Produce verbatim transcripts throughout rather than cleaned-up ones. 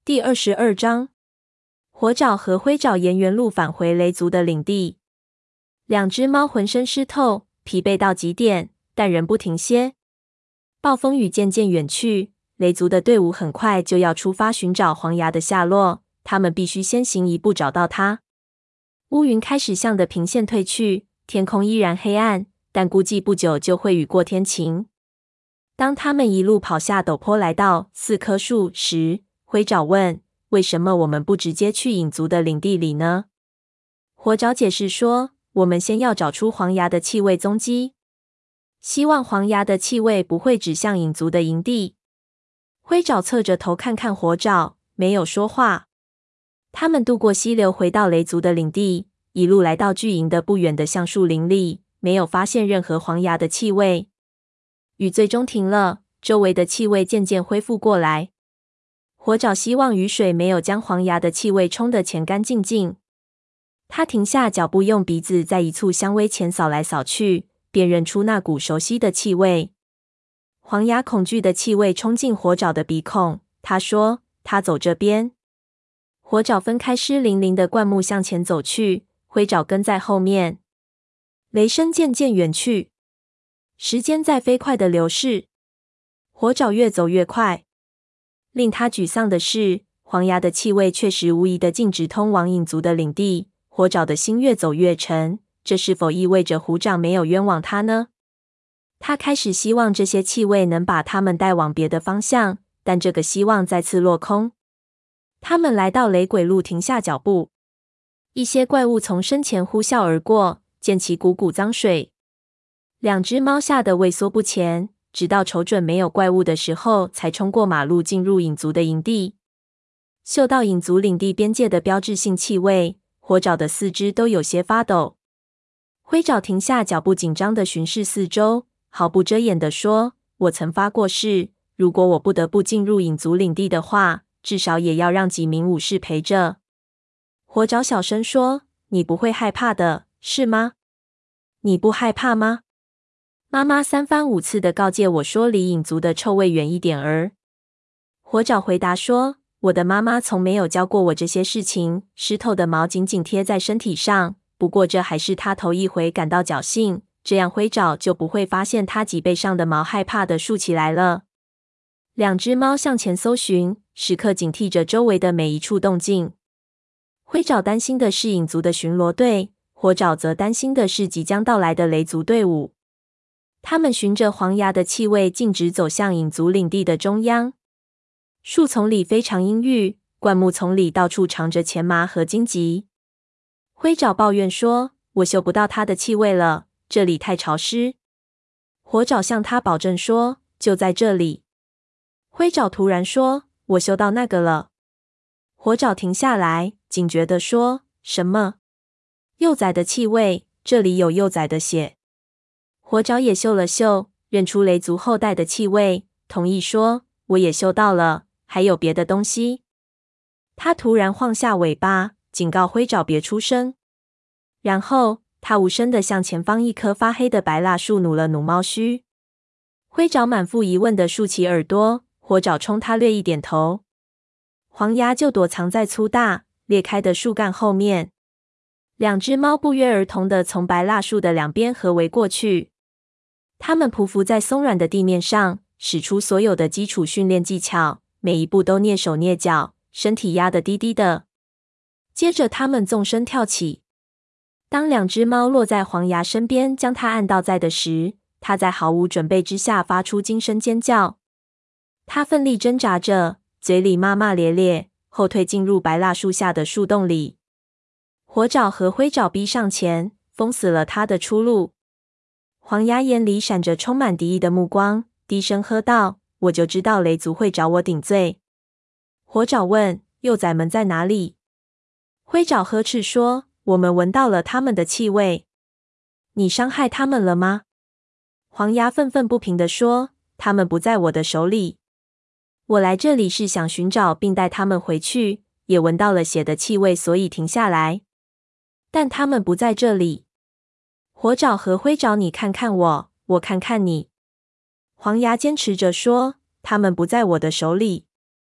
第二十二章，火爪和灰爪沿原路返回雷族的领地。两只猫浑身湿透，疲惫到极点，但仍不停歇。暴风雨渐渐远去，雷族的队伍很快就要出发寻找黄牙的下落，他们必须先行一步找到它。乌云开始向的平线退去，天空依然黑暗，但估计不久就会雨过天晴。当他们一路跑下陡坡来到四棵树时，灰爪问：为什么我们不直接去影族的领地里呢？火爪解释说：我们先要找出黄牙的气味踪迹，希望黄牙的气味不会指向影族的营地。灰爪侧着头看看火爪，没有说话。他们渡过溪流回到雷族的领地，一路来到巨营的不远的橡树林里，没有发现任何黄牙的气味。雨最终停了，周围的气味渐渐恢复过来。火爪希望雨水没有将黄牙的气味冲得前干净净。他停下脚步，用鼻子在一簇香薇前扫来扫去，辨认出那股熟悉的气味。黄牙恐惧的气味冲进火爪的鼻孔，他说：他走这边。火爪分开湿淋淋的灌木向前走去，灰爪跟在后面。雷声渐渐远去，时间在飞快的流逝，火爪越走越快。令他沮丧的是，黄牙的气味确实无疑的径直通往影族的领地。火爪的心越走越沉，这是否意味着虎掌没有冤枉他呢？他开始希望这些气味能把他们带往别的方向，但这个希望再次落空。他们来到雷鬼路，停下脚步。一些怪物从身前呼啸而过，溅起股股脏水。两只猫吓得畏缩不前，直到瞅准没有怪物的时候，才冲过马路进入影族的营地。嗅到影族领地边界的标志性气味，火爪的四肢都有些发抖。灰爪停下脚步，紧张地巡视四周，毫不遮掩地说：我曾发过誓，如果我不得不进入影族领地的话，至少也要让几名武士陪着。火爪小声说：你不会害怕的，是吗？你不害怕吗？妈妈三番五次地告诫我说，离影族的臭味远一点儿。火爪回答说：我的妈妈从没有教过我这些事情。湿透的毛紧紧贴在身体上，不过这还是他头一回感到侥幸，这样灰爪就不会发现他脊背上的毛害怕地竖起来了。两只猫向前搜寻，时刻警惕着周围的每一处动静。灰爪担心的是影族的巡逻队，火爪则担心的是即将到来的雷族队伍。他们循着黄牙的气味径直走向影族领地的中央。树丛里非常阴郁，灌木丛里到处藏着钱麻和荆棘。灰爪抱怨说：我嗅不到它的气味了，这里太潮湿。火爪向他保证说：就在这里。灰爪突然说：我嗅到那个了。火爪停下来，警觉地说：什么？幼崽的气味，这里有幼崽的血。火爪也嗅了嗅，认出雷族后代的气味，同意说：我也嗅到了，还有别的东西。他突然晃下尾巴，警告灰爪别出声。然后他无声地向前方一棵发黑的白蜡树努了努猫须。灰爪满腹疑问地竖起耳朵，火爪冲他略一点头。黄牙就躲藏在粗大裂开的树干后面。两只猫不约而同地从白蜡树的两边合围过去。它们匍匐在松软的地面上，使出所有的基础训练技巧，每一步都蹑手蹑脚，身体压得低低的。接着它们纵身跳起。当两只猫落在黄牙身边，将它按倒在的时，它在毫无准备之下发出惊声尖叫。它奋力挣扎着，嘴里骂骂咧咧，后退进入白蜡树下的树洞里。火爪和灰爪逼上前，封死了它的出路。黄牙眼里闪着充满敌意的目光，低声喝道：我就知道雷族会找我顶罪。火爪问：幼崽们在哪里？灰爪呵斥说：我们闻到了他们的气味。你伤害他们了吗？黄牙愤愤不平地说：他们不在我的手里。我来这里是想寻找并带他们回去，也闻到了血的气味，所以停下来。但他们不在这里。火爪和灰爪，你看看我，我看看你。黄牙坚持着说：他们不在我的手里。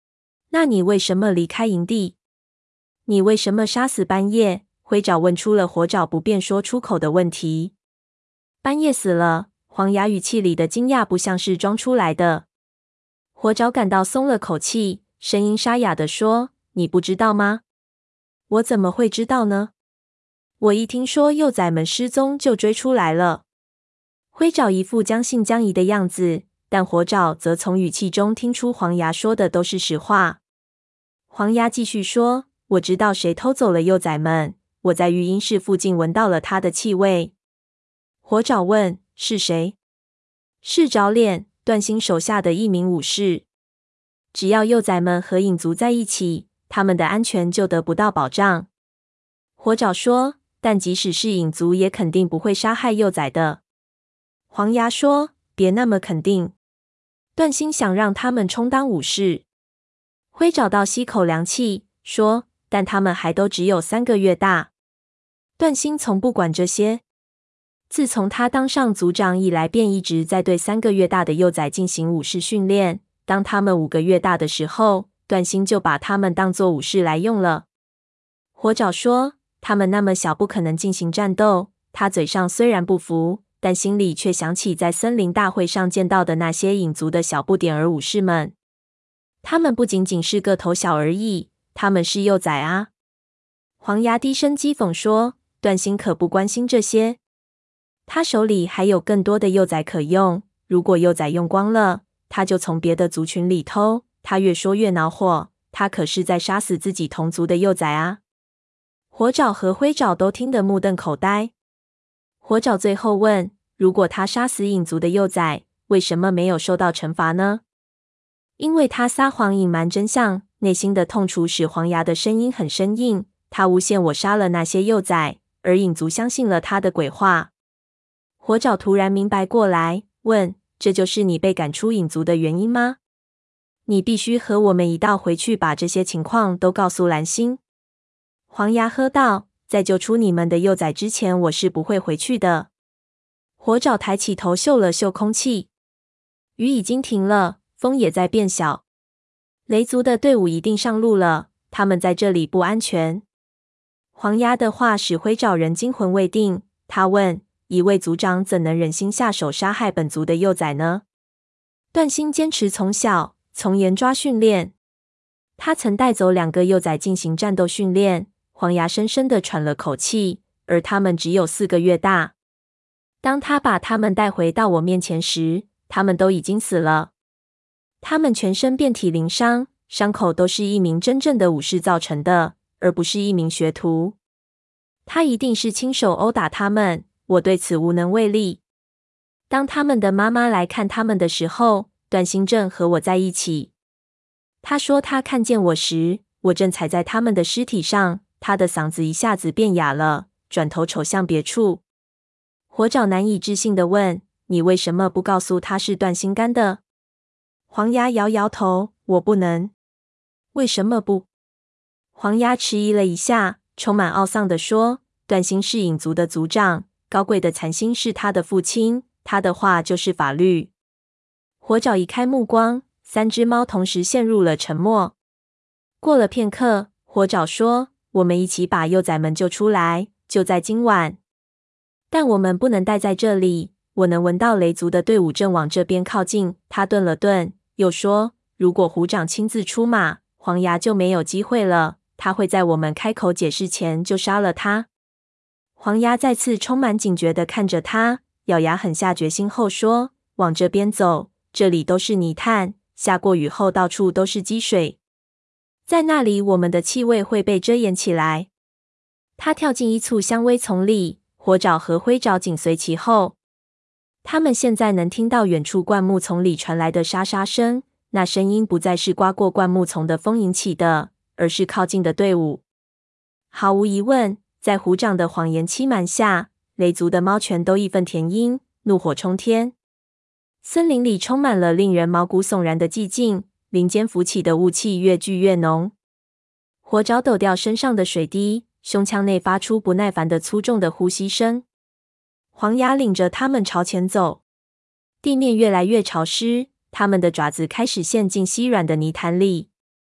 那你为什么离开营地？你为什么杀死斑叶？灰爪问出了火爪不便说出口的问题。斑叶死了，黄牙语气里的惊讶不像是装出来的。火爪感到松了口气，声音沙哑地说：“你不知道吗？”我怎么会知道呢？我一听说幼崽们失踪就追出来了。灰爪一副将信将疑的样子，但火爪则从语气中听出黄牙说的都是实话。黄牙继续说：“我知道谁偷走了幼崽们，我在育婴室附近闻到了它的气味。”火爪问：“是谁？”是爪脸，段星手下的一名武士。只要幼崽们和影族在一起，他们的安全就得不到保障。火爪说：“但即使是影族，也肯定不会杀害幼崽的。”黄牙说：“别那么肯定。”段星想让他们充当武士。灰爪倒吸口凉气，说：“但他们还都只有三个月大。”段星从不管这些。自从他当上族长以来，便一直在对三个月大的幼崽进行武士训练。当他们五个月大的时候，段星就把他们当作武士来用了。火爪说：“他们那么小，不可能进行战斗。”他嘴上虽然不服，但心里却想起在森林大会上见到的那些影族的小不点儿武士们。他们不仅仅是个头小而已，他们是幼崽啊！黄牙低声讥讽说：“段星可不关心这些。他手里还有更多的幼崽可用，如果幼崽用光了，他就从别的族群里偷。”他越说越恼火，他可是在杀死自己同族的幼崽啊！火爪和灰爪都听得目瞪口呆。火爪最后问：“如果他杀死影族的幼崽，为什么没有受到惩罚呢？”因为他撒谎隐瞒真相，内心的痛楚使黄牙的声音很生硬。他诬陷我杀了那些幼崽，而影族相信了他的鬼话。火爪突然明白过来，问：“这就是你被赶出影族的原因吗？你必须和我们一道回去，把这些情况都告诉蓝星。”黄牙喝道：“在救出你们的幼崽之前，我是不会回去的。”火爪抬起头嗅了嗅空气，雨已经停了，风也在变小。雷族的队伍一定上路了，他们在这里不安全。黄牙的话使灰爪人惊魂未定，他问：“一位族长怎能忍心下手杀害本族的幼崽呢？”段星坚持从小从严抓训练，他曾带走两个幼崽进行战斗训练。黄牙深深地喘了口气，而他们只有四个月大。当他把他们带回到我面前时，他们都已经死了。他们全身遍体鳞伤，伤口都是一名真正的武士造成的，而不是一名学徒。他一定是亲手殴打他们，我对此无能为力。当他们的妈妈来看他们的时候，段星正和我在一起。他说他看见我时，我正踩在他们的尸体上。他的嗓子一下子变哑了，转头瞅向别处。火爪难以置信地问：“你为什么不告诉他是段星干的？”黄牙摇摇头：“我不能。”为什么不？黄牙迟疑了一下，充满懊丧地说：“段星是影族的族长，高贵的残星是他的父亲，他的话就是法律。”火爪移开目光，三只猫同时陷入了沉默。过了片刻，火爪说：“我们一起把幼崽们救出来，就在今晚。但我们不能待在这里，我能闻到雷族的队伍正往这边靠近。”他顿了顿，又说：“如果虎长亲自出马，黄牙就没有机会了。他会在我们开口解释前就杀了他。”黄牙再次充满警觉地看着他，咬牙狠下决心后说：“往这边走，这里都是泥炭，下过雨后到处都是积水。在那里，我们的气味会被遮掩起来。”他跳进一簇香薇丛里，火爪和灰爪紧随其后。他们现在能听到远处灌木丛里传来的沙沙声，那声音不再是刮过灌木丛的风引起的，而是靠近的队伍。毫无疑问，在虎掌的谎言欺瞒下，雷族的猫全都义愤填膺，怒火冲天。森林里充满了令人毛骨悚然的寂静，林间浮起的雾气越聚越浓。火爪抖掉身上的水滴，胸腔内发出不耐烦的粗重的呼吸声。黄牙领着他们朝前走，地面越来越潮湿，他们的爪子开始陷进稀软的泥潭里。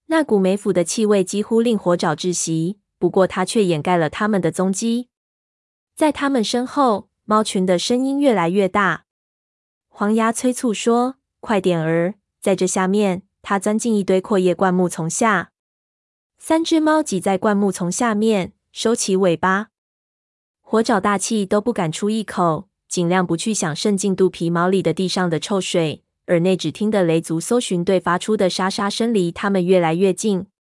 那股霉腐的气味几乎令火爪窒息，不过它却掩盖了他们的踪迹。在他们身后，猫群的声音越来越大。黄牙催促说：“快点儿，在这下面！”它钻进一堆阔叶灌木丛下。三只猫挤在灌木丛下面，收起尾巴。火爪大气都不敢出一口，尽量不去想渗进肚皮毛里的地上的臭水，耳内只听得雷族搜寻队发出的沙沙声离他们越来越近。